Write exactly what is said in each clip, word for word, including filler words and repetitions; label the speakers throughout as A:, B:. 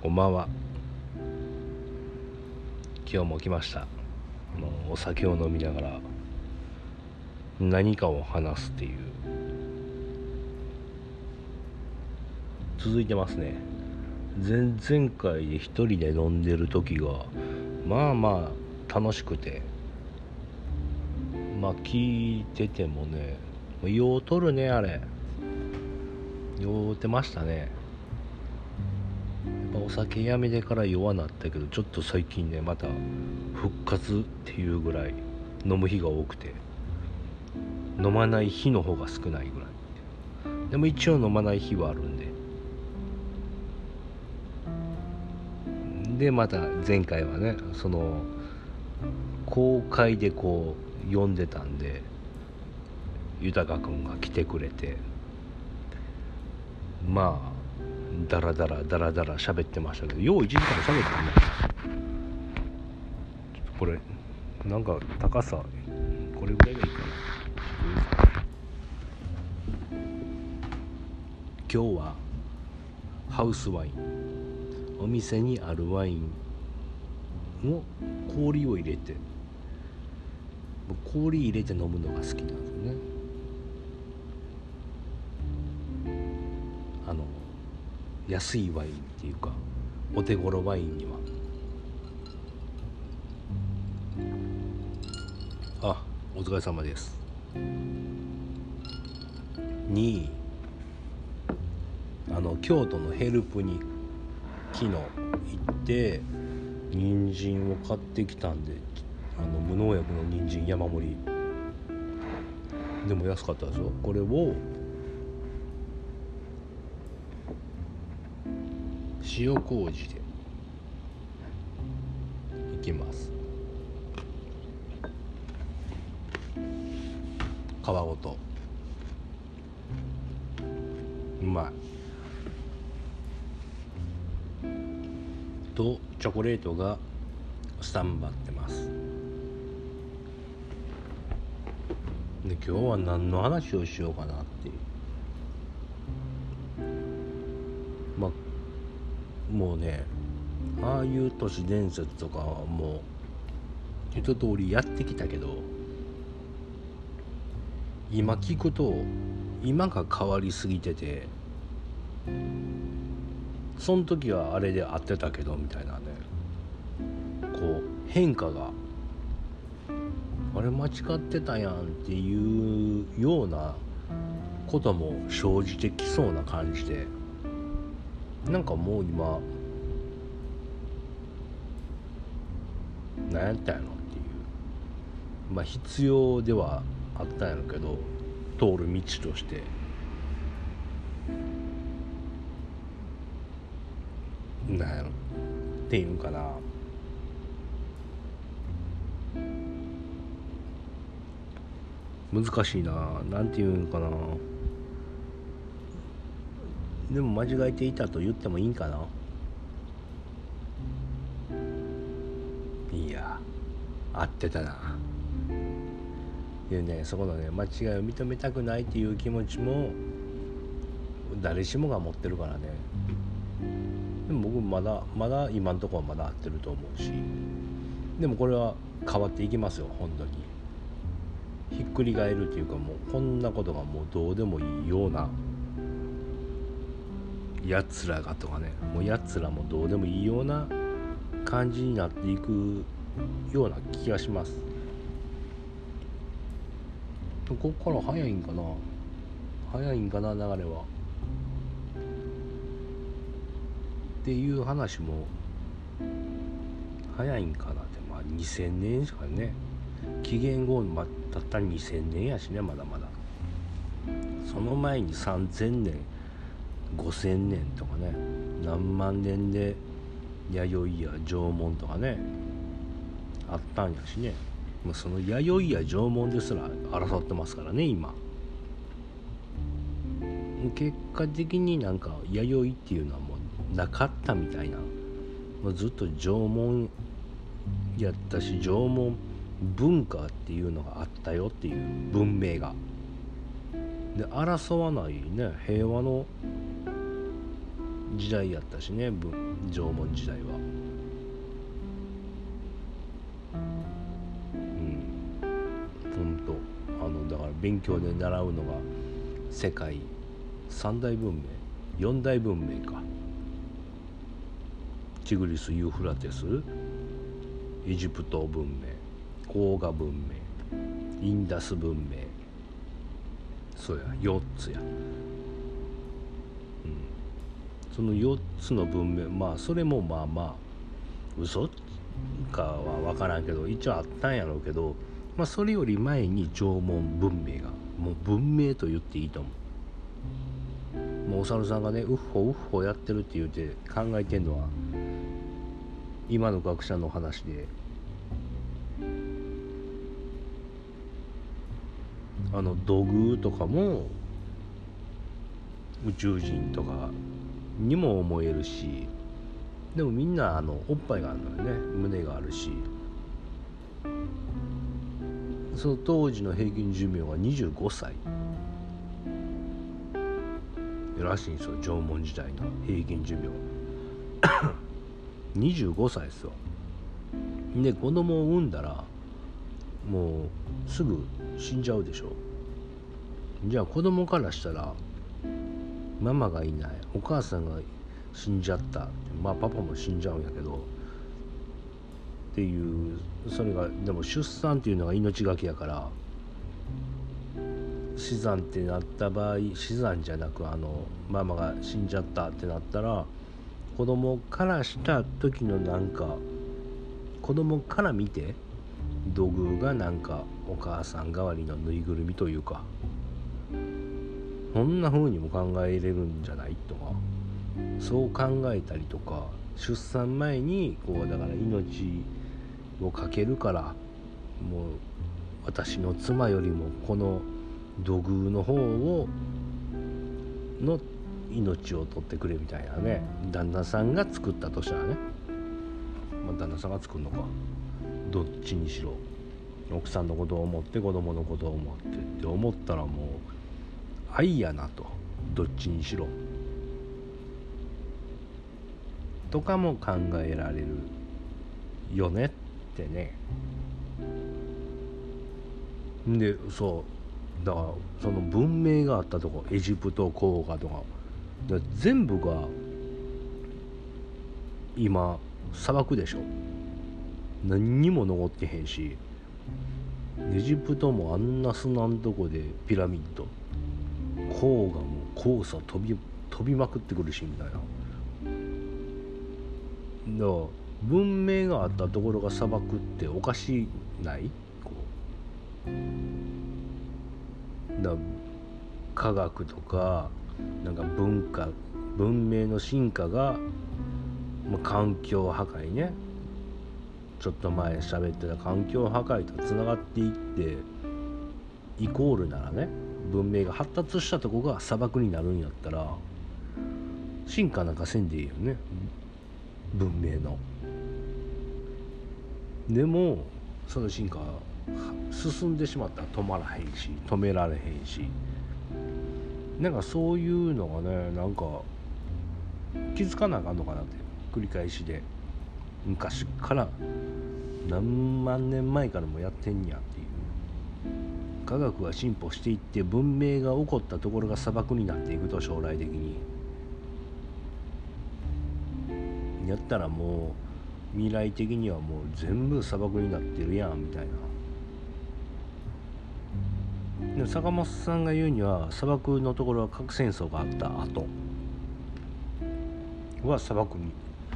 A: こんばんは。今日も来ました。あのお酒を飲みながら何かを話すっていう続いてますね。前々回で一人で飲んでる時がまあまあ楽しくて、まあ聞いててもね、酔うとるね。あれ酔うてましたね。お酒やめてから弱なったけど、ちょっと最近ねまた復活っていうぐらい飲む日が多くて、飲まない日の方が少ないぐらい。でも一応飲まない日はあるんで。でまた前回はね、その公開でこう読んでたんで、豊くんが来てくれて、まあダラダラダラダラ喋ってましたけど、よういちじかん喋ったね。ちょっとこれなんか高さこれぐらいがいいかな。今日はハウスワイン、お店にあるワインを氷を入れて、氷入れて飲むのが好きなんですよね。あの安いワインっていうかお手頃ワインには。あ、お疲れ様です。にあの京都のヘルプに昨日行って人参を買ってきたんで、あの無農薬の人参山盛りでも安かったですよ。これを塩麹でいきます。皮ごとうまい。とチョコレートがスタンバってます。で今日は何の話をしようかなっていう。まあもうね、ああいう都市伝説とかはもう一通りやってきたけど、今聞くと今が変わりすぎてて、その時はあれで合ってたけどみたいなね、こう変化があれ間違ってたやんっていうようなことも生じてきそうな感じで、なんかもう今何やったんやろっていう、まあ必要ではあったんやろけど、通る道としてなんやろっていうんかな、難しいな、なんていうんかな。でも間違えていたと言ってもいいんかな。いや合ってたな。いうね、そこのね間違いを認めたくないっていう気持ちも誰しもが持ってるからね。でも僕まだまだ今んところはまだ合ってると思うし、でもこれは変わっていきますよ本当に。ひっくり返るっていうか、もうこんなことがもうどうでもいいようなやつらがとかね、もうやつらもどうでもいいような感じになっていくような気がします。ここから早いんかな早いんかな流れはっていう話も早いんかなって。まあにせんねんしかね、紀元後、まあ、たったにせんねんやしね、まだまだ。その前にさんぜんねんごせんねんとかね、何万年で弥生や縄文とかねあったんやしね。もうその弥生や縄文ですら争ってますからね今。結果的になんか弥生っていうのはもうなかったみたいな、もうずっと縄文やったし、縄文文化っていうのがあったよっていう文明がで、争わないね平和の時代やったしね、縄文時代は。うんほんとあのだから勉強で習うのが世界三大文明四大文明か。チグリス・ユーフラテス、エジプト文明、黄河文明、インダス文明、そうやよっつや、うん、そのよっつの文明、まあそれもまあまあ嘘かは分からんけど一応あったんやろうけど、まあそれより前に縄文文明がもう文明と言っていいと思う。もうお猿さんがねウッホウッホやってるって言うて考えてんのは今の学者の話で、あの土偶とかも宇宙人とかにも思えるし、でもみんなあのおっぱいがあるのよね、胸があるし、その当時の平均寿命がにじゅうごさいらしいんですよ。縄文時代の平均寿命にじゅうごさいですよ。で子供を産んだらもうすぐ死んじゃうでしょ。じゃあ子供からしたらママがいない、お母さんが死んじゃった、まあパパも死んじゃうんやけどっていう、それがでも出産っていうのが命がけやから、死産ってなった場合、死産じゃなくあのママが死んじゃったってなったら、子供からした時のなんか子供から見て土偶がなんかお母さん代わりのぬいぐるみというか、そんな風にも考えれるんじゃないとか、そう考えたりとか、出産前にこうだから命をかけるから、もう私の妻よりもこの土偶の方をの命を取ってくれみたいなね、旦那さんが作ったとしたらね、まあ、旦那さんが作るのかどっちにしろ、奥さんのことを思って子供のことを思ってって思ったらもう愛やなと、どっちにしろとかも考えられるよねってね。でそうだからその文明があったとこ、エジプト黄河とか全部が今砂漠でしょ。何にも残ってへんし、エジプトもあんな砂んとこでピラミッド、黄河も黄砂飛び飛びまくってくるしみたいな。だから文明があったところが砂漠っておかしないこうだから科学とかなんか文化文明の進化が、まあ、環境破壊ね、ちょっと前喋ってた環境破壊とつながっていってイコールならね、文明が発達したとこが砂漠になるんやったら進化なんかせんでいいよね、文明の。でもその進化進んでしまったら止まらへんし止められへんし、なんかそういうのがね、なんか気づかなあかんのかなって、繰り返しで昔から何万年前からもやってんやっていう。科学が進歩していって文明が起こったところが砂漠になっていくと、将来的にやったらもう未来的にはもう全部砂漠になってるやんみたいな。でも坂本さんが言うには砂漠のところは核戦争があった後は砂漠に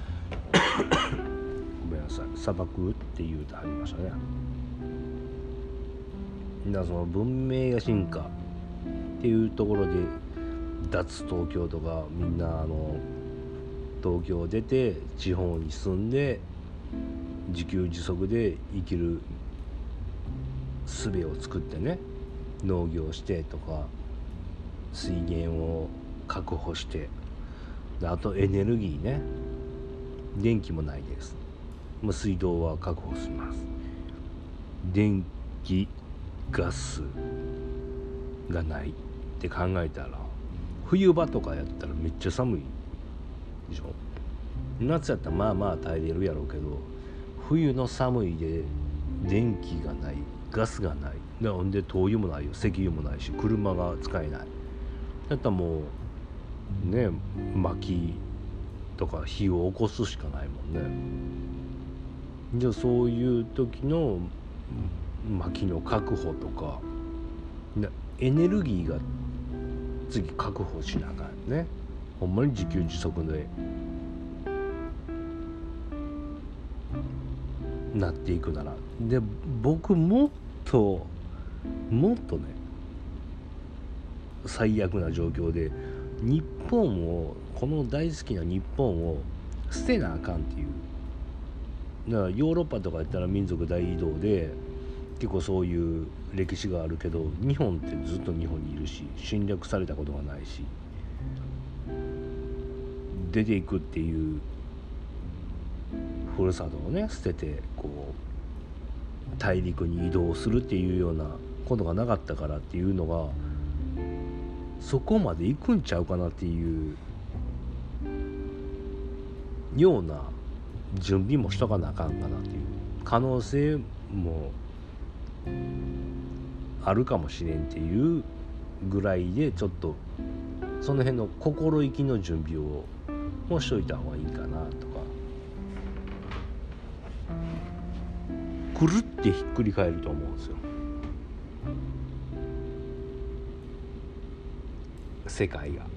A: ごめんなさい、砂漠って言うてはりましたね。だからその文明が進化っていうところで脱東京とか、みんなあの東京を出て地方に住んで自給自足で生きる術を作ってね、農業してとか水源を確保して、であとエネルギーね、電気もないです、まあ、水道は確保します。電気ガスがないって考えたら、冬場とかやったらめっちゃ寒いでしょ。夏やったらまあまあ耐えれるやろうけど、冬の寒いで電気がない、ガスがない、なんで灯油もないよ、石油もないし、車が使えない。だったらもうね、薪とか火を起こすしかないもんね。じゃあそういう時の薪の確保とか、エネルギーが次確保しなあかんね。ほんまに自給自足でなっていくなら。で僕もっともっとね、最悪な状況で日本を、この大好きな日本を捨てなあかんっていう。だからヨーロッパとかやったら民族大移動で結構そういう歴史があるけど、日本ってずっと日本にいるし、侵略されたことがないし、出ていくっていうふるさとをね捨ててこう大陸に移動するっていうようなことがなかったからっていうのが、そこまで行くんちゃうかなっていうような準備もしとかなあかんかなっていう可能性もあるかもしれんっていうぐらいで、ちょっとその辺の心意気の準備をもしといた方がいいかなとか。くるってひっくり返ると思うんですよ、世界が。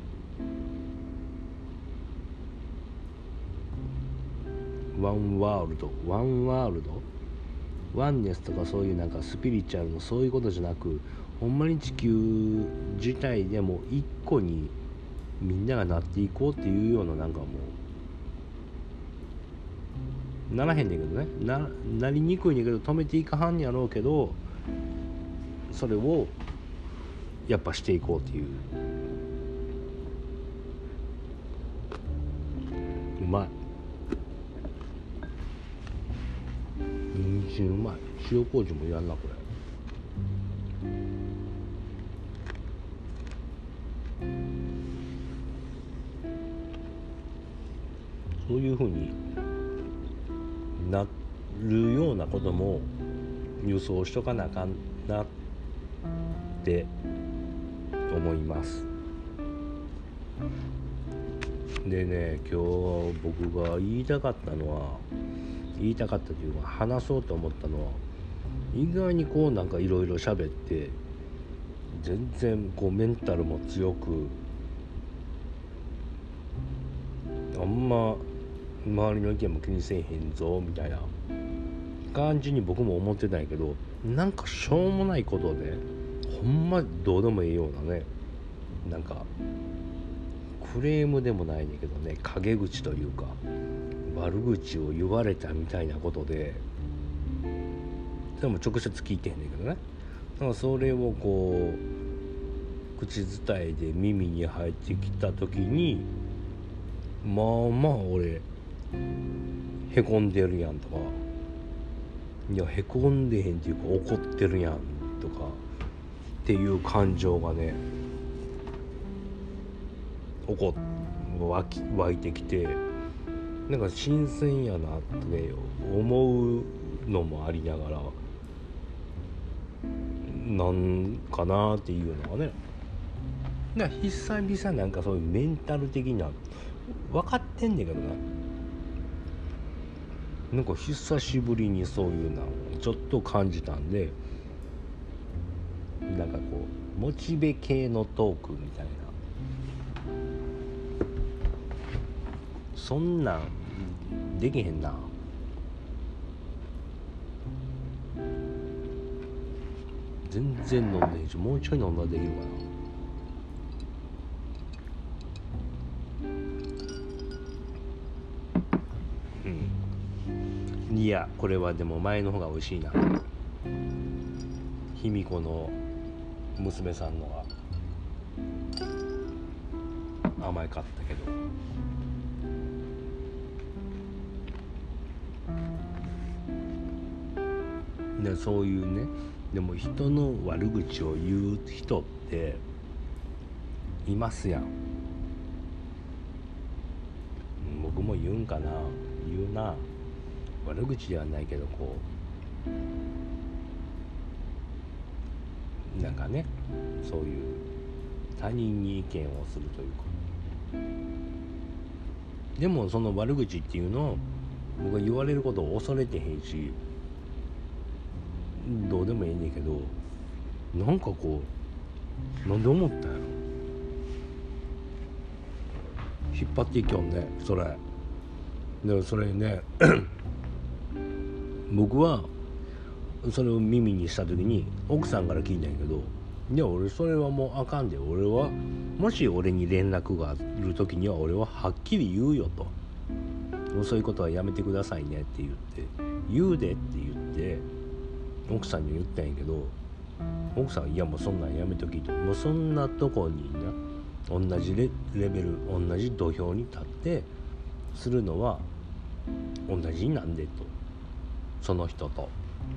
A: ワンワールドワンワールドワンネスとかそういうなんかスピリチュアルのそういうことじゃなく、ほんまに地球自体でも一個にみんながなっていこうっていうような、なんかもうならへんねんけどね、 な, なりにくいねんけど止めていかはんやろうけど、それをやっぱしていこうっていう。うまい、人参うまい。塩麹もいらんなこれ。そういう風になるようなことも予想しとかなあかんなって思います。でね、今日僕が言いたかったのは言いたかったというか話そうと思ったのは、意外にこうなんかいろいろ喋って全然こうメンタルも強く、あんま周りの意見も気にせえへんぞみたいな感じに僕も思ってたんやけど、なんかしょうもないことでほんまどうでもいいようなね、なんかクレームでもないねんけどね、陰口というか悪口を言われたみたいなことで、でも直接聞いてへんねんけどね、だからそれをこう口伝えで耳に入ってきた時に、まあまあ俺へこんでるやんとか、いやへこんでへんっていうか怒ってるやんとかっていう感情がね怒っ湧き湧いてきて、なんか新鮮やなって思うのもありながら、なんかなっていうのがね、だから久々なんかそういうメンタル的な分かってんねんけどな、なんか久しぶりにそういうのをちょっと感じたんで、なんかこうモチベ系のトークみたいな、そんなんできへんな。全然飲んでへんし、もうちょい飲んだらできるかな。うん、いやこれはでも前の方が美味しいな。卑弥呼の娘さんのが甘かったけど、でそういうね、でも人の悪口を言う人っていますやん。 も言うんかな、言うな、悪口ではないけどこうなんかね、そういう他人に意見をするというか、でもその悪口っていうのを僕は言われることを恐れてへんし、どうでもいいねんけど、なんかこうなんで思ったんやろ、引っ張っていきょんねそれで、それね僕はそれを耳にした時に奥さんから聞いたんやけど、いや俺それはもうあかんで、俺はもし俺に連絡がある時には俺ははっきり言うよと、もうそういうことはやめてくださいねって言って、言うでって言って奥さんに言ったんやけど、奥さんいやもうそんなんやめときと、もうそんなとこにな同じ レ, レベル同じ土俵に立ってするのは同じなんでと、その人と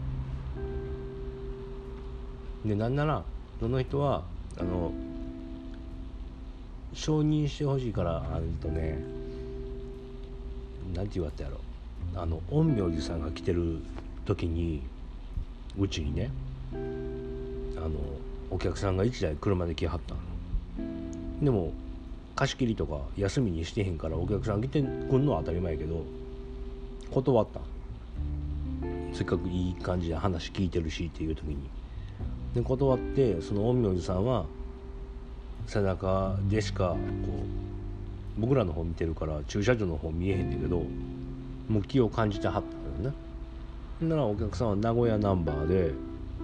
A: で、なんならその人はあの承認してほしいから、あのとねなんて言われたやろ、あの陰陽師さんが来てる時にうちにね、あのお客さんがいちだい車で来はったの。でも貸し切りとか休みにしてへんからお客さん来てくんのは当たり前やけど断った。せっかくいい感じで話聞いてるしっていう時にで断って、その陰陽師さんは背中でしかこう僕らの方見てるから駐車場の方見えへんねんけど、もう気を感じてはったのよね。ならお客さんは名古屋ナンバーで、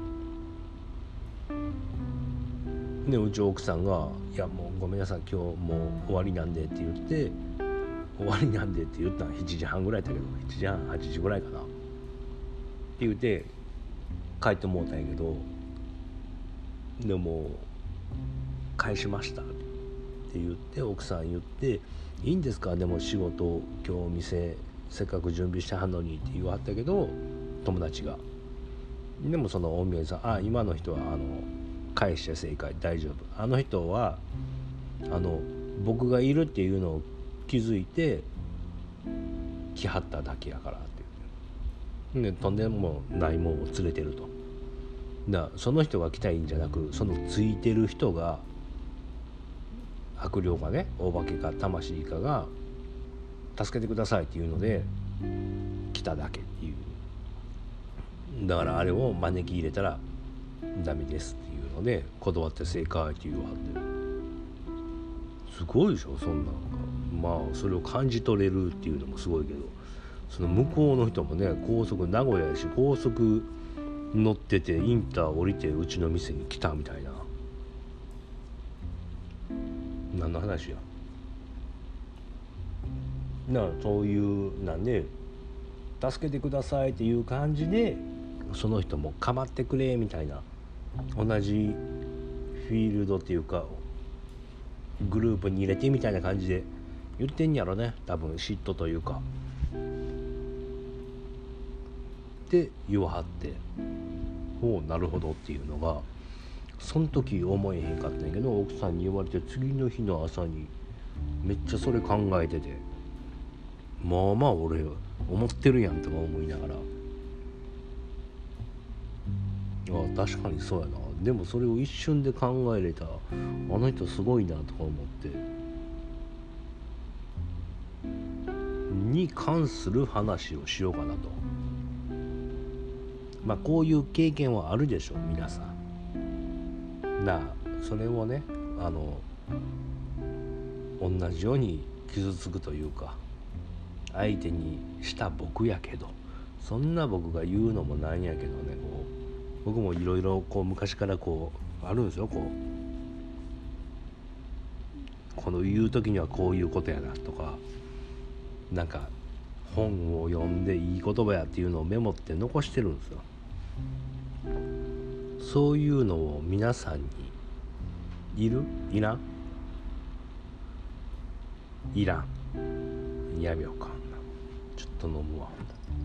A: でうち奥さんが「いやもうごめんなさい今日もう終わりなんで」って言って「終わりなんで」って言ったのしちじはんぐらいだけど、しちじはんはちじぐらいかなって言って帰ってもうたんやけど、でも返しましたって言って奥さん言って「いいんですかでも仕事今日店せっかく準備してはんのに」って言わはったけど、友達がでもその陰陽師さん「あ今の人はあの返して正解大丈夫、あの人はあの僕がいるっていうのを気づいて来はっただけやから」って言って、でとんでもないもんを連れてると。だからその人が来たいんじゃなく、そのついてる人が悪霊かねお化けか魂かが助けてくださいっていうので来ただけっていう。だからあれを招き入れたらダメですっていうので断って正解って言わはって、すごいでしょそんなんか。まあそれを感じ取れるっていうのもすごいけど、その向こうの人もね高速名古屋やし高速乗っててインター降りてうちの店に来たみたいな、何の話や。だからそういうなんで助けてくださいっていう感じでその人も構ってくれみたいな、同じフィールドっていうかグループに入れてみたいな感じで言ってんやろね多分、嫉妬というかって言わはって、おうなるほどっていうのがその時思えへんかったんやけど、奥さんに言われて次の日の朝にめっちゃそれ考えてて、まあまあ俺思ってるやんとか思いながら、あ確かにそうやな、でもそれを一瞬で考えれたあの人すごいなとか思ってに関する話をしようかなと。まあこういう経験はあるでしょう皆さんなあ。それをねあの同じように傷つくというか相手にした僕やけど、そんな僕が言うのもなんやけどね、こう僕もいろいろこう昔からこうあるんですよ、こうこの言う時にはこういうことやなとか、なんか本を読んでいい言葉やっていうのをメモって残してるんですよ。そういうのを皆さんにいる？いらん？いらん。やめようか。ちょっと飲むわ。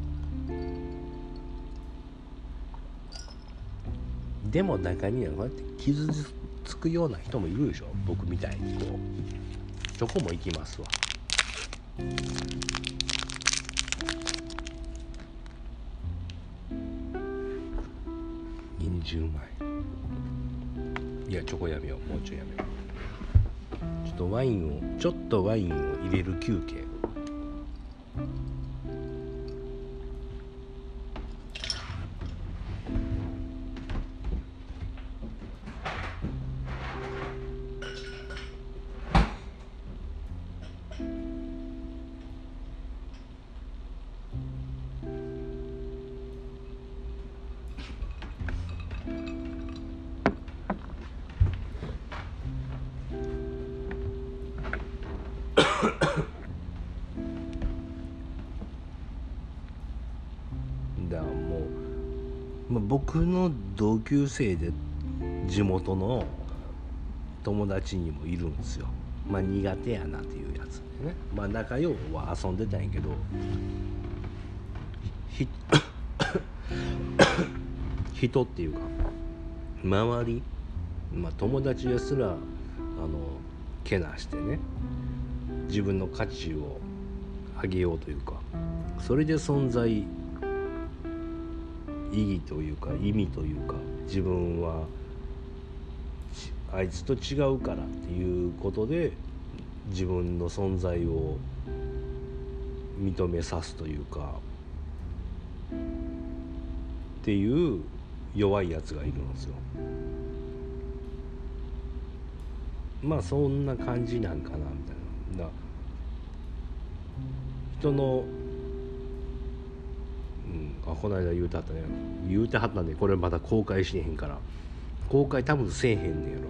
A: でも中にはこうやって傷つくような人もいるでしょ、僕みたいにこうチョコも行きますわ。 人参うまい。いやチョコやめよう、もうちょいやめよう。ちょっとワインをちょっとワインを入れる休憩。だからもう、まあ、僕の同級生で地元の友達にもいるんですよ。まあ苦手やなっていうやつでね、まあ仲良くは遊んでたんやけど、ひ人っていうか周り、まあ友達ですらあのけなしてね、自分の価値を上げようというか、それで存在意義というか意味というか、自分はあいつと違うからっていうことで自分の存在を認めさすというかっていう弱いやつがいるんですよ。まあそんな感じなんかなみたいな。だ人の、うん、あこの間言うてはったね、言うてはったんで、これまだ公開しへんから、公開多分せえへんねんやろうけ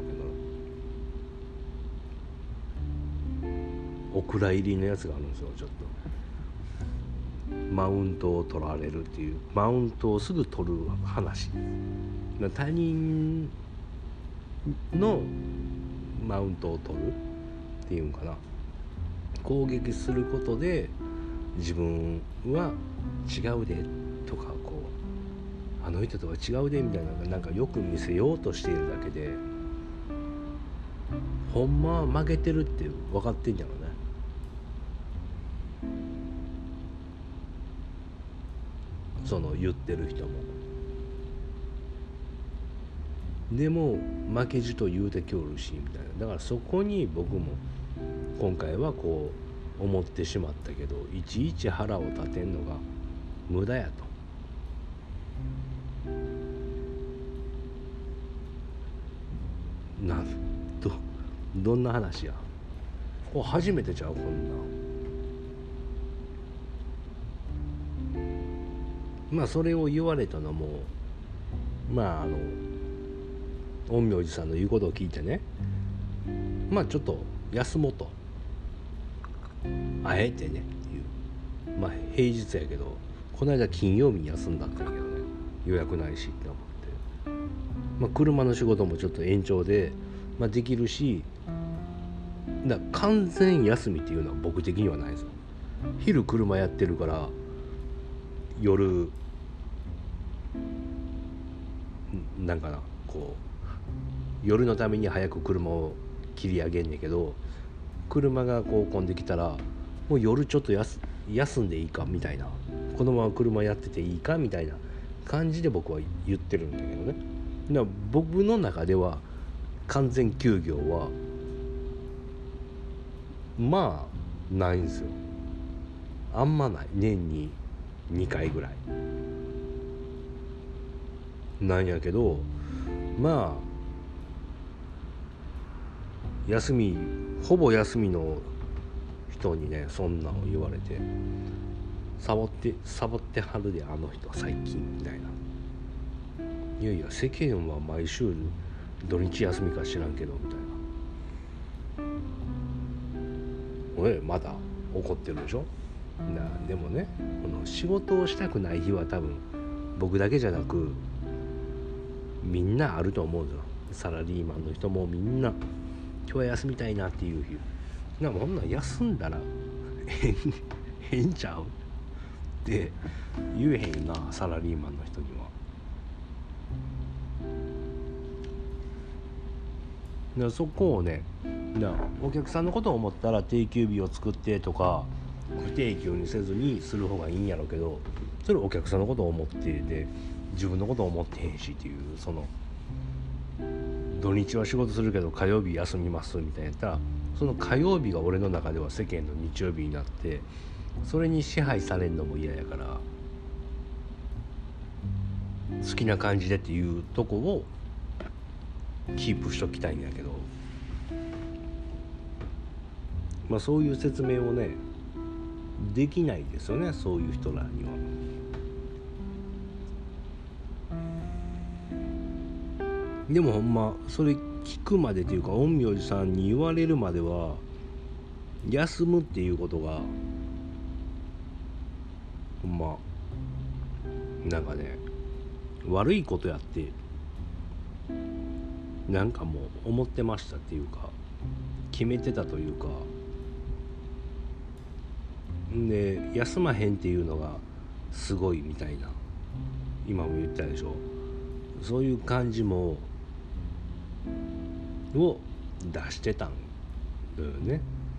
A: ど、お蔵入りのやつがあるんですよ。ちょっとマウントを取られるっていう、マウントをすぐ取る話。他人のマウントを取るっていうんかな、攻撃することで自分は違うでとか、こうあの人とは違うでみたいな、なんかよく見せようとしているだけで、ほんまは負けてるって分かってんじゃろうね。その言ってる人も。でも負けじと言うてきょるしみたいな。だからそこに僕も今回はこう思ってしまったけど、いちいち腹を立てんのが無駄やと。なんどどんな話や。これ初めてちゃう、こんな。まあそれを言われたのも、まああの陰陽師さんの言うことを聞いてね、まあちょっと休もうと、あえてねっていう。まあ平日やけど、この間金曜日に休んだったんやけどね、予約ないしって思って、まあ車の仕事もちょっと延長で、まあ、できるし、だから完全休みっていうのは僕的にはないですよ。昼車やってるから、夜なんかな、こう夜のために早く車を切り上げんねんけど、車がこう混んできたら、もう夜ちょっと休休んでいいかみたいな、このまま車やってていいかみたいな感じで僕は言ってるんだけどね。だから僕の中では完全休業はまあないんですよ。あんまない。年ににかいぐらいなんやけど、まあ休みほぼ休みの人にね、そんなんを言われて、サボってサボってはるであの人最近みたいな。いやいや世間は毎週土日休みか知らんけどみたいな。俺まだ怒ってるでしょ。なでもね、この仕事をしたくない日は多分僕だけじゃなくみんなあると思うんですよ。サラリーマンの人もみんな今日は休みたいなっていう日、なもんなん休んだらええんちゃうって言えへんな、サラリーマンの人には。だそこをね、だお客さんのことを思ったら定休日を作ってとか、 不定休にせずにする方がいいんやろうけど、それお客さんのことを思ってで自分のことを思ってへんしっていう、その土日は仕事するけど火曜日休みますみたいなやったら、その火曜日が俺の中では世間の日曜日になって、それに支配されんのも嫌やから、好きな感じでっていうとこをキープしときたいんやけど、まあそういう説明をねできないですよね、そういう人らには。でもほんまそれ聞くまでというか、陰陽師さんに言われるまでは休むっていうことがほんまなんかね悪いことやってなんかもう思ってましたっていうか、決めてたというかで、休まへんっていうのがすごいみたいな、今も言ったでしょ、そういう感じもを出してたんだよね。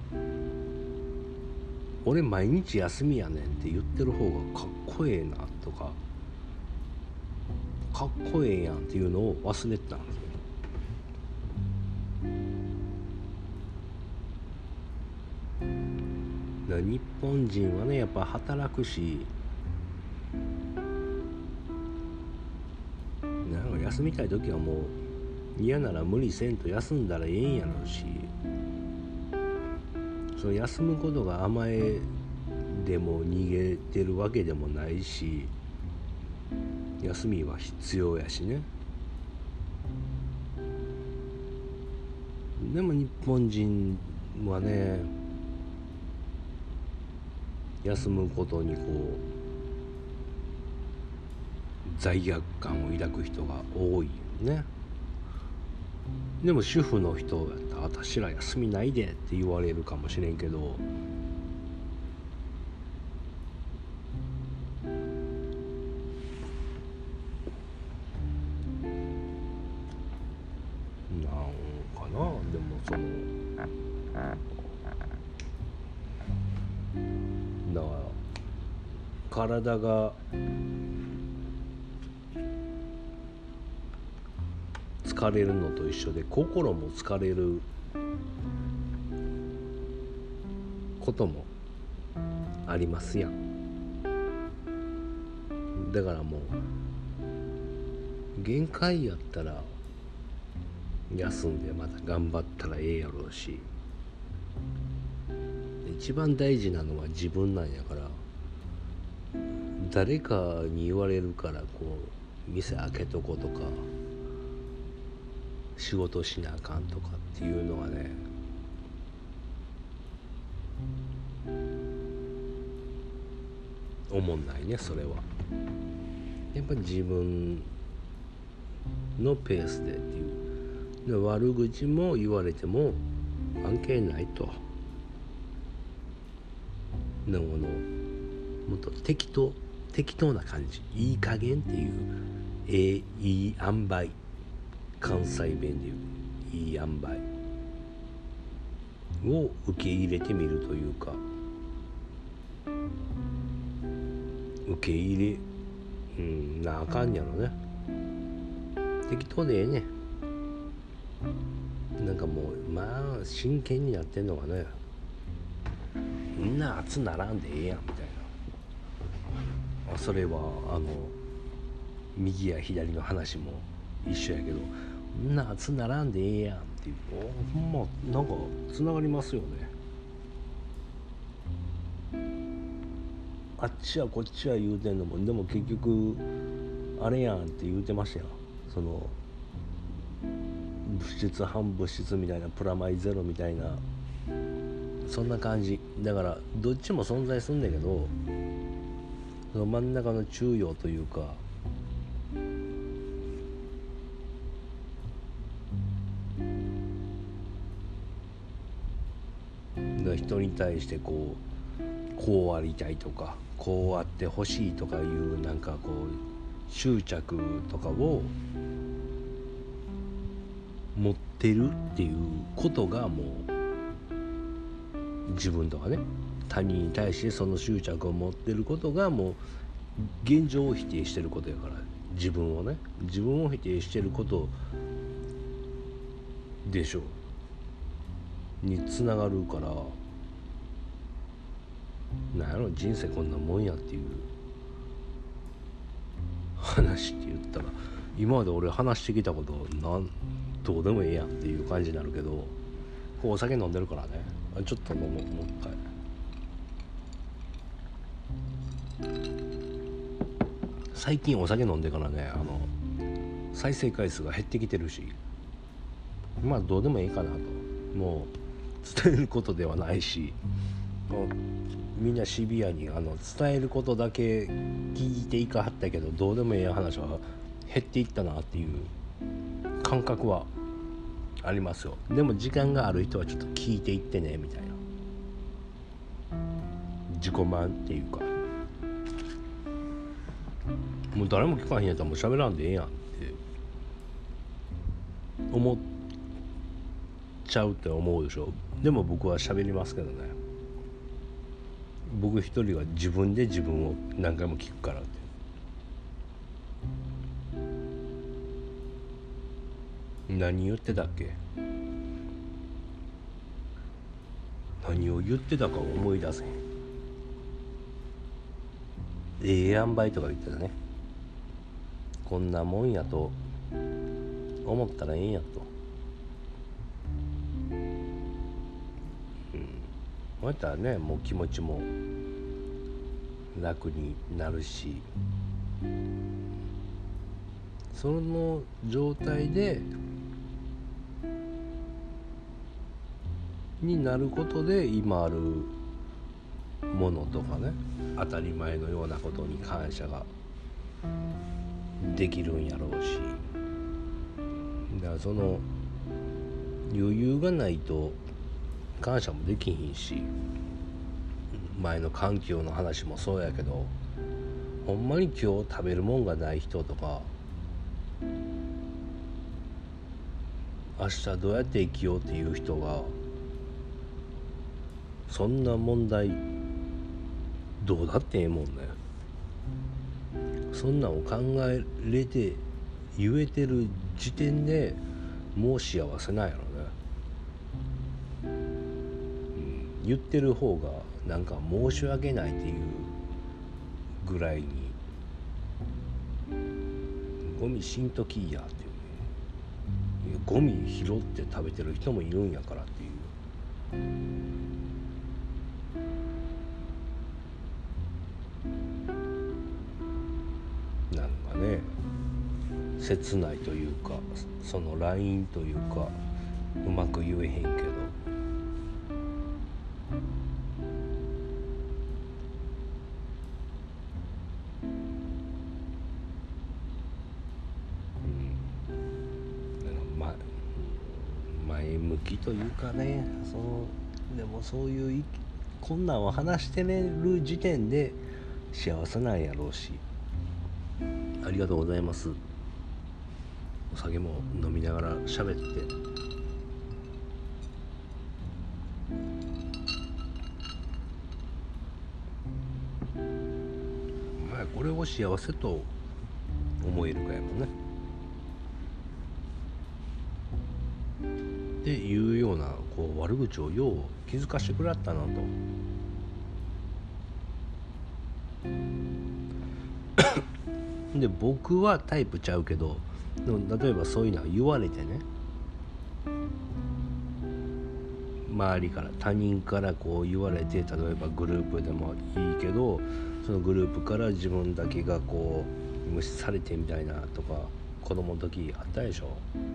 A: 俺毎日休みやねんって言ってる方がかっこええなとか、かっこええやんっていうのを忘れてたんですよ。だから日本人はねやっぱ働くし、なんか休みたい時はもう嫌なら無理せんと休んだらええんやろうし、その休むことが甘えでも逃げてるわけでもないし、休みは必要やしね。でも日本人はね休むことにこう罪悪感を抱く人が多いよね。でも主婦の人やったら私ら休みないでって言われるかもしれんけど、なんかな、でもそのだから体が疲れるのと一緒で心も疲れることもありますやん。だからもう限界やったら休んでまた頑張ったらええやろうし、一番大事なのは自分なんやから、誰かに言われるからこう店開けとことか仕事しなあかんとかっていうのはね思んないね。それはやっぱり自分のペースでっていう、で悪口も言われても関係ないと、でものもっと適当適当な感じ、いい加減っていう、えー、いい塩梅、関西弁でいういい塩梅を受け入れてみるというか、受け入れうんなあかんやろね。適当でええね。なんかもうまあ真剣になってんのがね、みんな熱ならんでええやんみたいな。それはあの右や左の話も一緒やけど、みんな熱ならんでええやんっていう、ほんまなんかつながりますよね。あっちはこっちは言うてんのも、でも結局あれやんって言うてましたよ。その物質反物質みたいな、プラマイゼロみたいな、そんな感じだから、どっちも存在すんだけど、その真ん中の中庸というか、人に対してこうこうありたいとかこうあってほしいとかいう、なんかこう執着とかを持ってるっていうことがもう自分とかね他人に対してその執着を持ってることがもう現状を否定してることやから、自分をね自分を否定してることでしょにつながるから、なんやろ人生こんなもんやっていう話って言ったら、今まで俺話してきたことなんどうでもええやんっていう感じになるけど、こうお酒飲んでるからね、ちょっと飲もうもう一回。最近お酒飲んでからね、あの再生回数が減ってきてるし、まあどうでもいいかなと、もう伝えることではないし、もうみんなシビアにあの伝えることだけ聞いていかはったけど、どうでもいい話は減っていったなっていう感覚はありますよ。でも時間がある人はちょっと聞いていってねみたいな、自己満っていうか、もう誰も聞かへんやったらもう喋らんでええやんって思っちゃうって思うでしょ。でも僕は喋りますけどね。僕一人は自分で自分を何回も聞くからって。何言ってたっけ、何を言ってたか思い出せへん。ええ塩梅とか言ってたね。こんなもんやと思ったらええんやと、うん、そうやったらね、もう気持ちも楽になるし、その状態でになることで今あるものとかね、当たり前のようなことに感謝ができるんやろうし、だからその余裕がないと感謝もできひんし、前の環境の話もそうやけど、ほんまに今日食べるもんがない人とか、明日どうやって生きようっていう人が、そんな問題どうだってええもんね。そんなんを考えれて言えてる時点でもう幸せなんやろね、うん、言ってる方がなんか申し訳ないっていうぐらいに、ゴミしんときやっていうね、ゴミ拾って食べてる人もいるんやからっていう、なんかね切ないというか、そのラインというかうまく言えへんけど、前向きというかね、そのでもそういうこんなんを話してる時点で幸せなんやろうし、ありがとうございます。お酒も飲みながら喋って、まあこれを幸せと思えるかやもんねっていうような、こう悪口をよう気づかしてくれたなとで、僕はタイプちゃうけど、でも例えばそういうのは言われてね、周りから他人からこう言われて、例えばグループでもいいけど、そのグループから自分だけがこう無視されてみたいなとか、子供の時あったでしょ。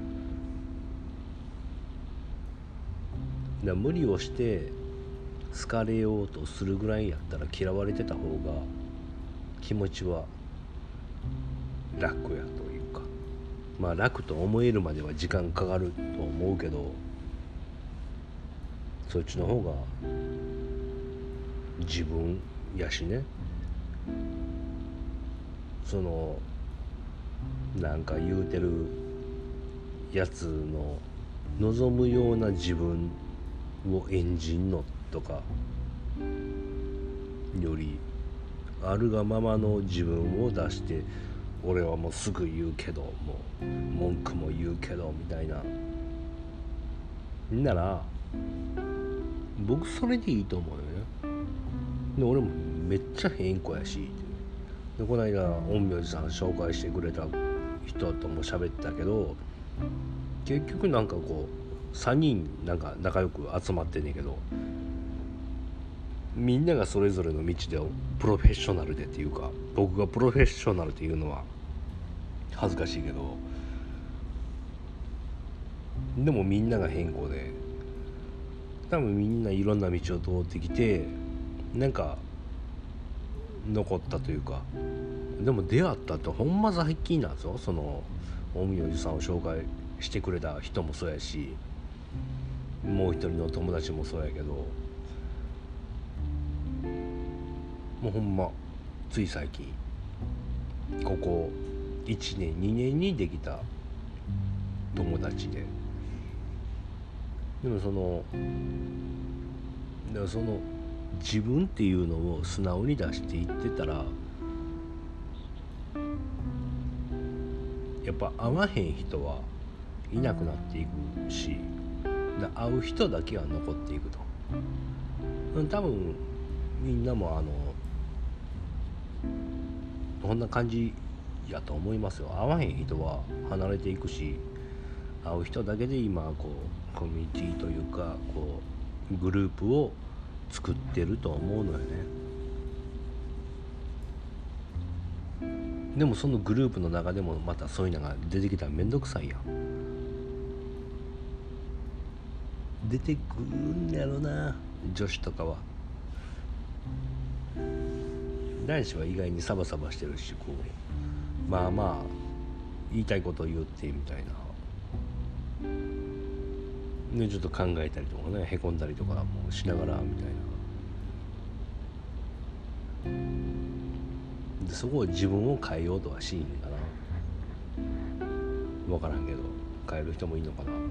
A: だから無理をして好かれようとするぐらいやったら嫌われてた方が気持ちは楽やというか、まあ楽と思えるまでは時間かかると思うけど、そっちの方が自分やしね、そのなんか言うてるやつの望むような自分を演じんのとかよりあるがままの自分を出して、俺はもうすぐ言うけど、もう文句も言うけどみたいな、なら僕それでいいと思うよね。で俺もめっちゃ変子やし、でこの間陰陽師さん紹介してくれた人とも喋ったけど、結局なんかこうさんにんなんか仲良く集まってんねんけど、みんながそれぞれの道でプロフェッショナルでっていうか、僕がプロフェッショナルっていうのは恥ずかしいけど、でもみんなが変更で、多分みんないろんな道を通ってきて、なんか残ったというか、でも出会ったってほんま最近なんですよ。その陰陽師さんを紹介してくれた人もそうやし、もう一人の友達もそうやけど、もうほんまつい最近、ここいちねんにねんにできた友達で、でもそのだからその自分っていうのを素直に出していってたら、やっぱ会わへん人はいなくなっていくし、会う人だけは残っていくと。多分みんなもあのこんな感じやと思いますよ。会わへん人は離れていくし、会う人だけで今こうコミュニティというか、こうグループを作ってると思うのよね。でもそのグループの中でもまたそういうのが出てきたらめんどくさいやん。出てくるんやろな、女子とかは。男子は意外にサバサバしてるし、こうまあまあ言いたいことを言ってみたいなで、ちょっと考えたりとかね、へこんだりとかもしながらみたいなで、そこを自分を変えようとはしんねんかな。分からんけど変える人もいいのかな。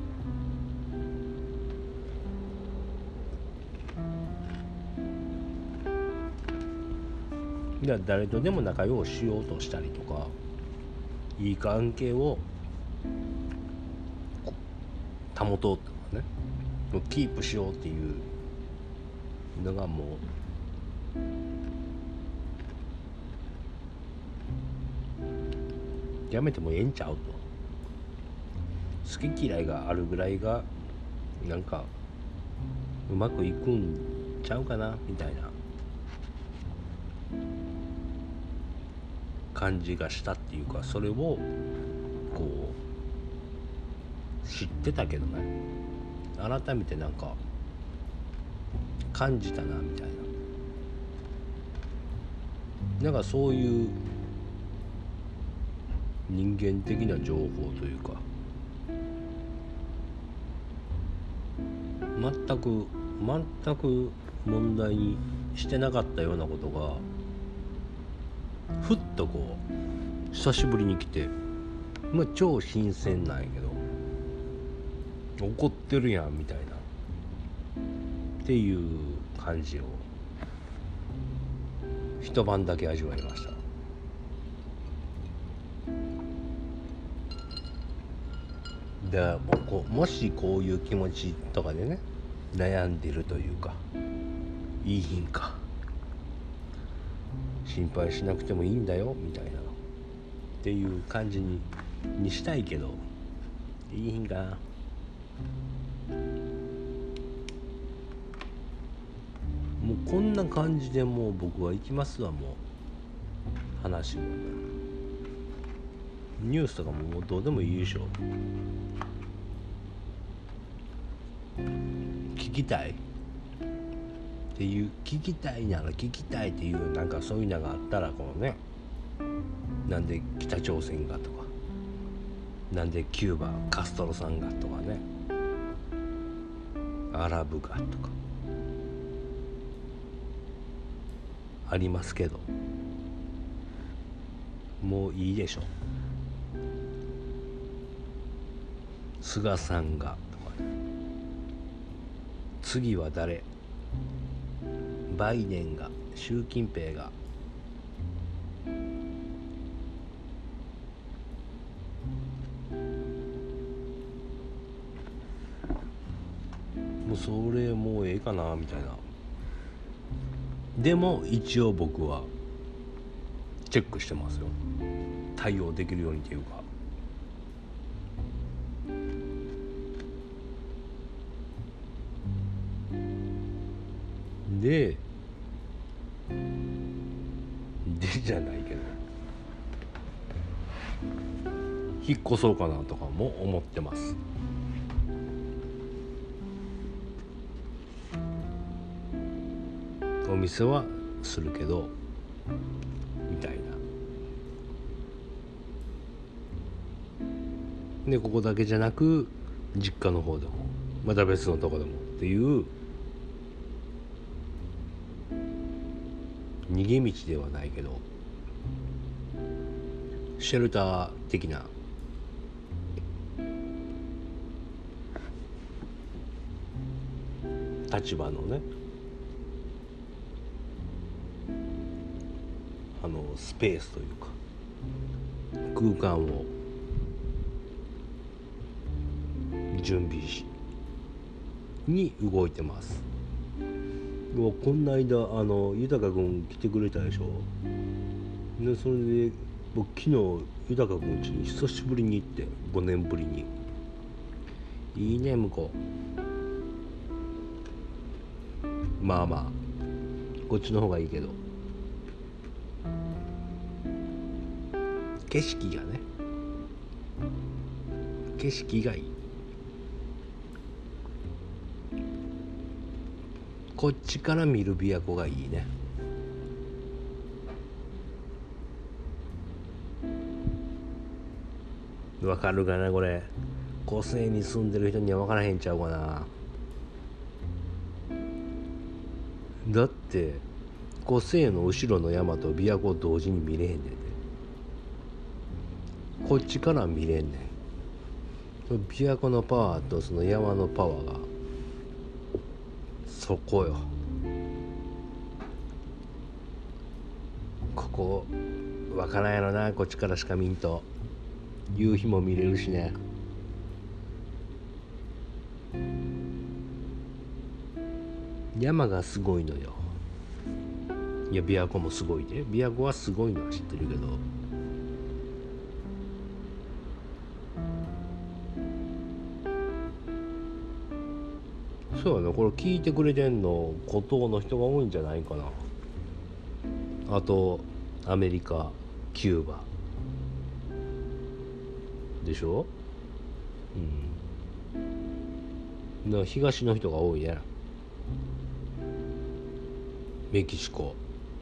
A: だから誰とでも仲良くしようとしたりとか、いい関係を保とうとかね、キープしようっていうのがもうやめてもええんちゃうと。好き嫌いがあるぐらいがなんかうまくいくんちゃうかなみたいな感じがしたっていうか、それをこう知ってたけどね、改めてなんか感じたなみたいな。なんかそういう人間的な情報というか、全く全く問題にしてなかったようなことがふっとこう久しぶりに来て、まあ超新鮮なんやけど、怒ってるやんみたいなっていう感じを一晩だけ味わいました。でもこうもしこういう気持ちとかでね悩んでるというか、いいひんか、心配しなくてもいいんだよみたいなっていう感じににしたいけど、いいひんか、もうこんな感じでもう僕は行きますわ。もう話もニュースとかももうどうでもいいでしょ。聞きたいっていう、聞きたいなら聞きたいっていう、なんかそういうのがあったら、このね、なんで北朝鮮がとか、なんでキューバカストロさんがとかね、アラブがとかありますけど、もういいでしょ。菅さんがとかね、次は誰、 バイデンが習近平がもうそれもうええかなみたいな。でも一応僕はチェックしてますよ、対応できるようにっていうか。ででじゃないけど引っ越そうかなとかも思ってます。お店はするけどみたいな。でここだけじゃなく実家の方でもまた別のとこでもっていう逃げ道ではないけどシェルター的な立場のね、あのスペースというか空間を準備しに動いてます。こんな間あの豊君来てくれたでしょ。でそれで僕昨日豊君家に久しぶりに行ってごねんぶりに。いいね向こう。まあまあこっちの方がいいけど景色がね景色がいい。こっちから見る琵琶湖がいいね。わかるかなこれ。湖西に住んでる人には分からへんちゃうかな。だって湖西の後ろの山と琵琶湖同時に見れへんねんで。こっちから見れんねん。琵琶湖のパワーとその山のパワーがそこよ。ここ分からんやろな、こっちからしか見んと。夕日も見れるしね。山がすごいのよ。いや琵琶湖もすごいで、琵琶湖はすごいのは知ってるけどそうやね。これ聞いてくれてんの孤島の人が多いんじゃないかな。あとアメリカ、キューバでしょ。うん。だから東の人が多いね。メキシコ。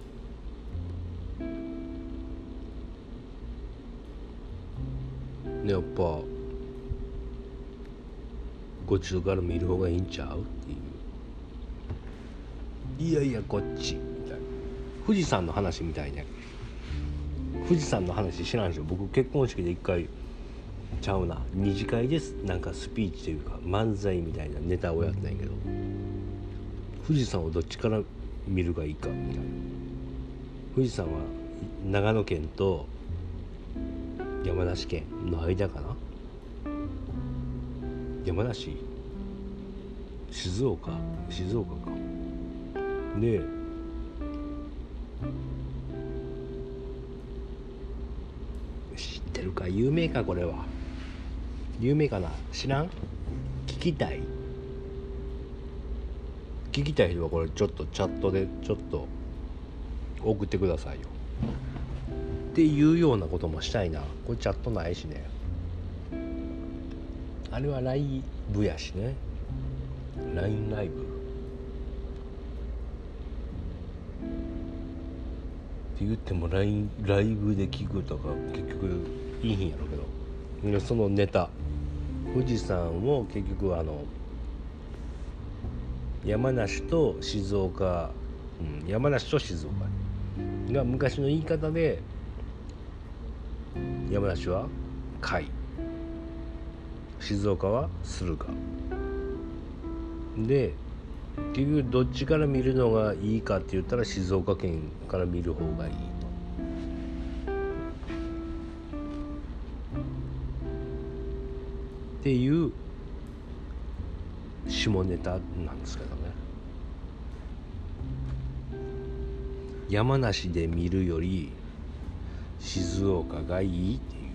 A: やっぱこっちから見る方がいいんちゃうっていう。いやいやこっちみたいな。富士山の話みたいね。富士山の話知らんでしょ。僕結婚式で一回ちゃうな二次会です。なんかスピーチというか漫才みたいなネタをやったんやけど、富士山をどっちから見るがいいかみたいな。富士山は長野県と山梨県の間かな。山梨静岡静岡かで、知ってるか。有名かこれは。有名かな。知らん。聞きたい聞きたい人はこれちょっとチャットでちょっと送ってくださいよっていうようなこともしたいな。これチャットないしね。あれはライブやしね。 ライン ライブって言っても ライン ライブで聞くとか結局いいんやろうけど、そのネタ富士山を結局あの山梨と静岡、うん、山梨と静岡が昔の言い方で、山梨は貝、静岡は駿河で結局どっちから見るのがいいかって言ったら静岡県から見る方がいいと。っていう下ネタなんですけどね。山梨で見るより静岡がいいっていう。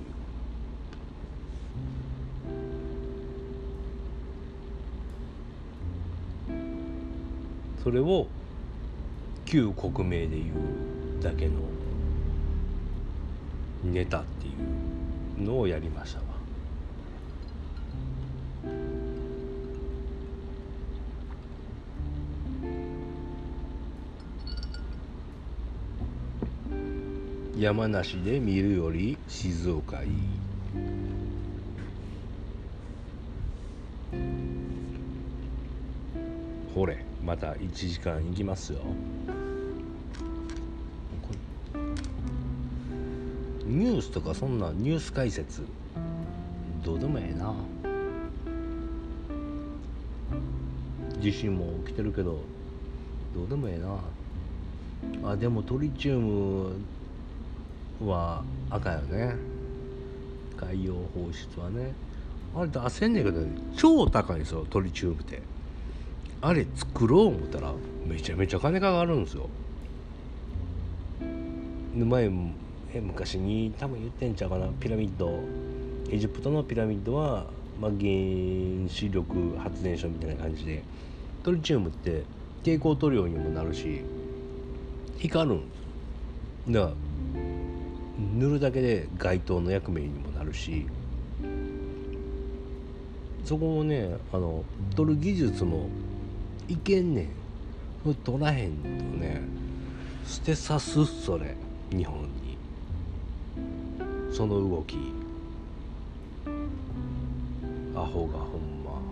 A: それを旧国名で言うだけのネタっていうのをやりましたわ。山梨で見るより静岡いい。ほれまたいちじかんいきますよ。ニュースとかそんなニュース解説どうでもええな。地震も起きてるけどどうでもええな。あでもトリチウムは赤よね。海洋放出はね。あれ出せんねんけど超高いんですよトリチウムって。あれ作ろう思ったらめちゃめちゃ金かかるんですよ。で前え昔に多分言ってんちゃうかな。ピラミッドエジプトのピラミッドは、まあ、原子力発電所みたいな感じでトリチウムって蛍光塗料にもなるし光るんだから塗るだけで街灯の役目にもなるし、そこをねあの取る技術もいけんねん。取らへんとね捨てさすそれ日本にその動きアホがほんま。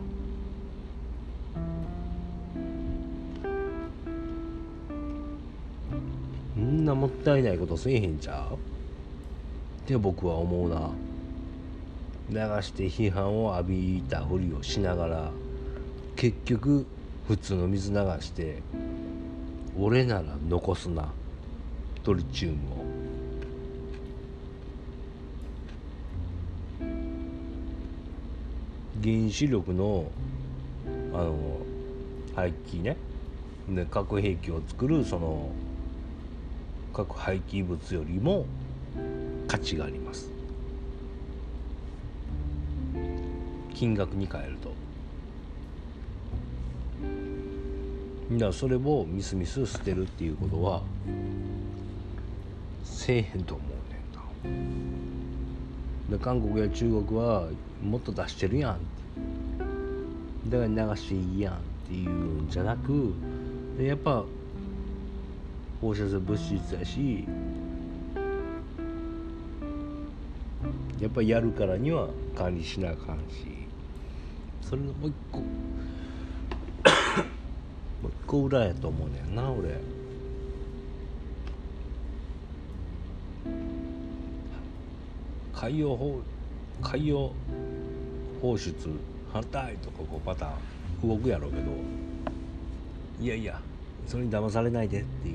A: みんなもったいないことせえへんちゃうって僕は思うな。流して批判を浴びたふりをしながら結局普通の水流して俺なら残すなトリチウムを。原子力のあの廃棄ねで核兵器を作るその核廃棄物よりも価値があります。金額に換えると。だからそれをミスミス捨てるっていうことはせえへんと思うねんな。で韓国や中国はもっと出してるやんだから流していいやんっていうんじゃなく、やっぱ放射性物質やしやっぱやるからには管理しなあかんし、それのもう一個もう一個裏やと思うねんな俺。海洋放海洋放出反対とかこうパターン動くやろうけど、いやいやそれに騙されないでっていう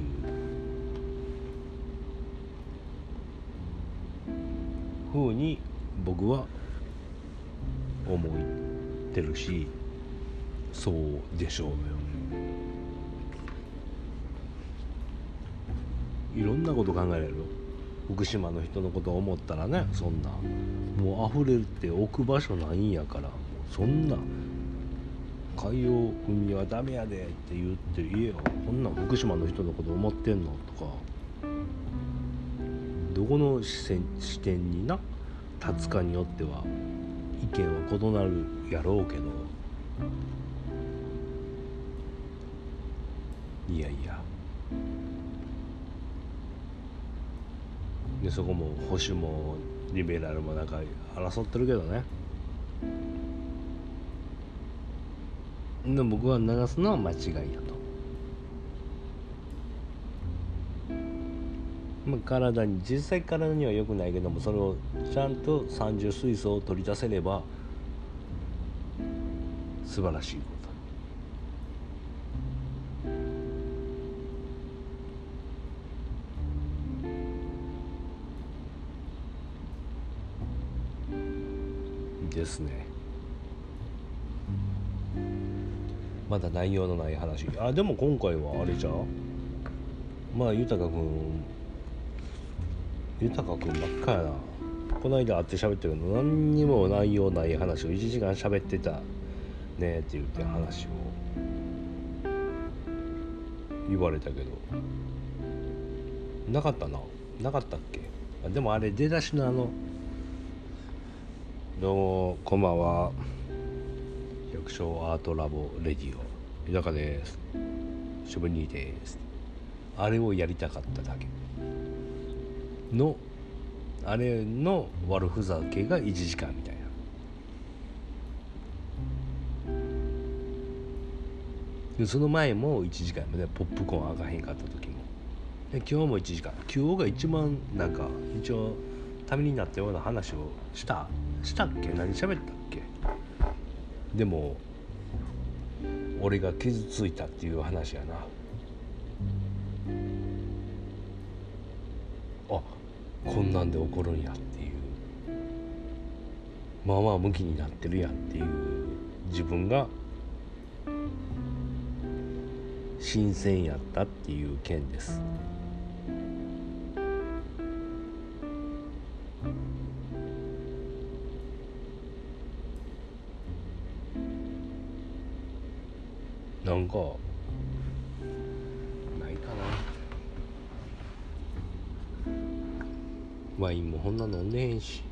A: ふうに僕は思ってるし、そうでしょうよ。いろんなこと考えられる。福島の人のことを思ったらね、そんなもう溢れるって置く場所ないんやから、もうそんな海洋海はダメやでって言って言えよ。こんなん福島の人のこと思ってんのとか、どこの視線視点にな立つかによっては意見は異なるやろうけど、いやいやでそこも保守もリベラルもなんか争ってるけどね。で僕は流すのは間違いやと。まあ、体に実際体には良くないけども、それをちゃんと三重水素を取り出せれば素晴らしいこですね。まだ内容のない話。あ、でも今回はあれじゃん、まあ豊くん豊くんばっかやな。この間会って喋ったけど何にも内容ない話をいちじかん喋ってたねって言って話を言われたけど、なかったななかったっけ。あ、でもあれ出だしのあの「どうもこんばんは、百姓アートラボレディオ豊です、シュブニーです」、あれをやりたかっただけの、あれの悪ふざけがいちじかんみたいな。でその前もいちじかんでポップコーン開かへんかった時も、で今日もいちじかん、今日が一番なんか一応ためになったような話をしたしたっけ、何喋ったっけ。でも俺が傷ついたっていう話やな。あ、こんなんで怒るんやっていう、まあまあ向きになってるやんっていう自分が新鮮やったっていう件です。なんかないかな。ワインもこんな飲んでへんし。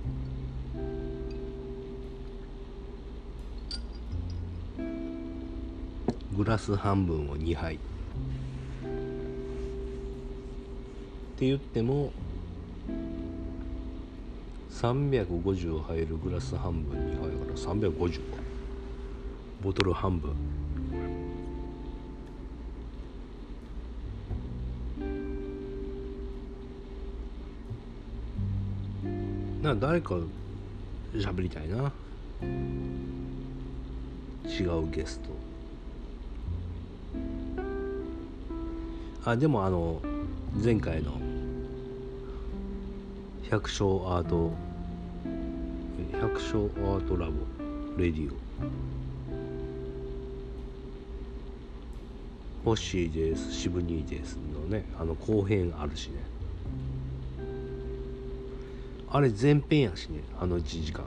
A: グラス半分をにはいって言ってもさんびゃくごじゅう入るグラス半分にはいからさんびゃくごじゅうボトル半分。な誰か喋りたいな、違うゲスト。あ、でもあの前回の百姓アート百姓アートラボレディオホッシーですシブニーですのね、あの後編あるしね、あれ前編やしね、あのいちじかん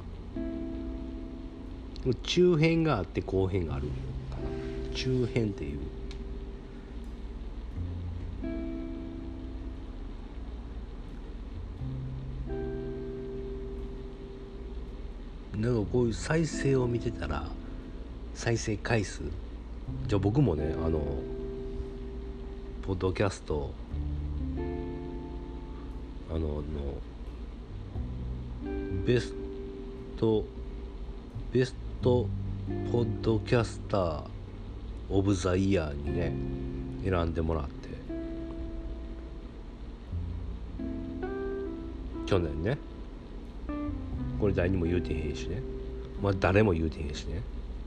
A: 中編があって後編があるのかな。中編っていうなんかこういう再生を見てたら再生回数、じゃあ僕もねあのポッドキャストあののベストベストポッドキャスターオブザイヤーにね選んでもらって、去年ね、これ誰にも言うてへんしね、まあ誰も言うてへんしね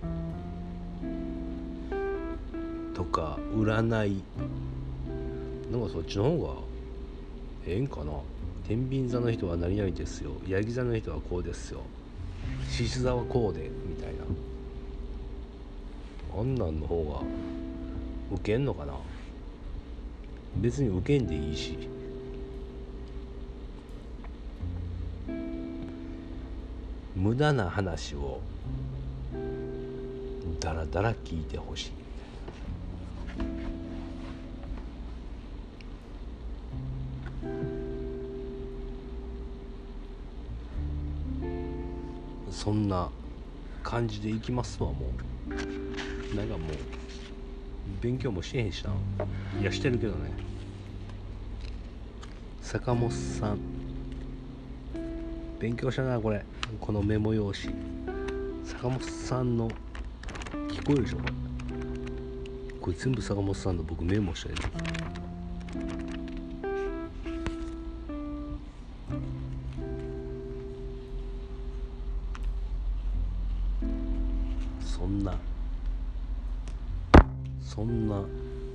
A: とか、占いなんかそっちの方がええんかな。天秤座の人は何々ですよ、ヤギ座の人はこうですよ、獅子座はこうでみたいな、あんなんの方がウケんのかな。別にウケんでいいし、無駄な話をだらだら聞いてほしい。そんな感じでいきますわ。もうなんかもう勉強もしてへんしな。いやしてるけどね。坂本さん勉強したな。これこのメモ用紙、坂本さんの聞こえるでしょ。これこれ全部坂本さんの僕メモしてる。そんなそんな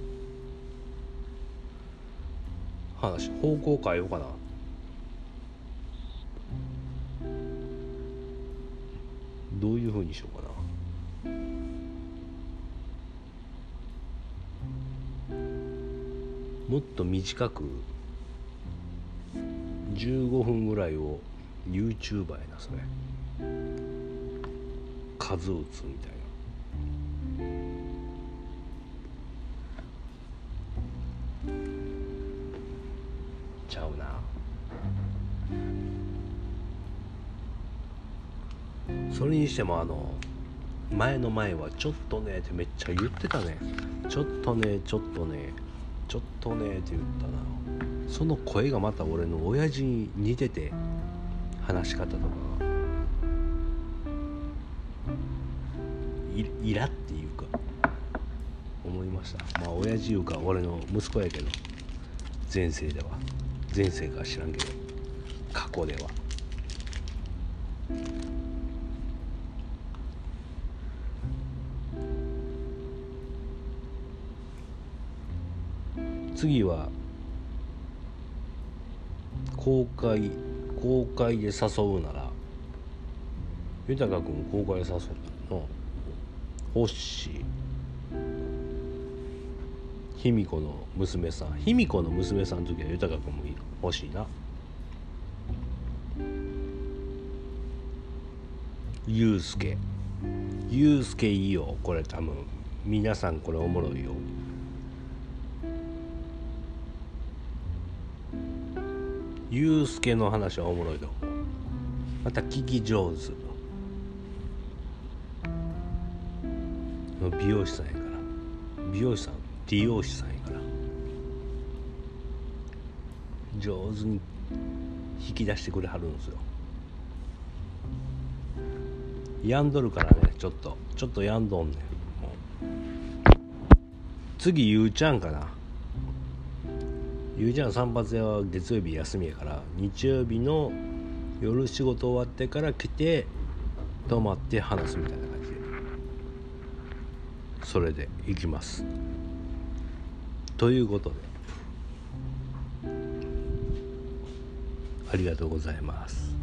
A: 話、方向変えようかな。 どういう風にしようかな。もっと短くじゅうごふんぐらいを YouTuber やな。それ数打つみたいなちゃうな。それにしてもあの前の前はちょっとねってめっちゃ言ってたね。ちょっとねちょっとねちょっとねって言ったな。その声がまた俺の親父に似てて、話し方とかがイラっていうか思いました。まあ親父いうか俺の息子やけど、前世では前世か知らんけど過去では。次は公開公開で誘うなら、豊君公開で誘ったのホッシー、卑弥呼の娘さん。卑弥呼の娘さんの時は豊君も欲しいな。ゆうすけゆうすけいいよ。これ多分皆さんこれおもろいよ。ゆうすけの話はおもろいと思う。また聞き上手。美容師さんやから。美容師さん美容師さんやから上手に引き出してくれはるんですよ。病んどるからね。ちょっとちょっと病んどんねん。もう次ゆうちゃんかな。ゆうちゃん散髪屋は月曜日休みやから、日曜日の夜仕事終わってから来て泊まって話すみたいな感じで、それで行きますということで、ありがとうございます。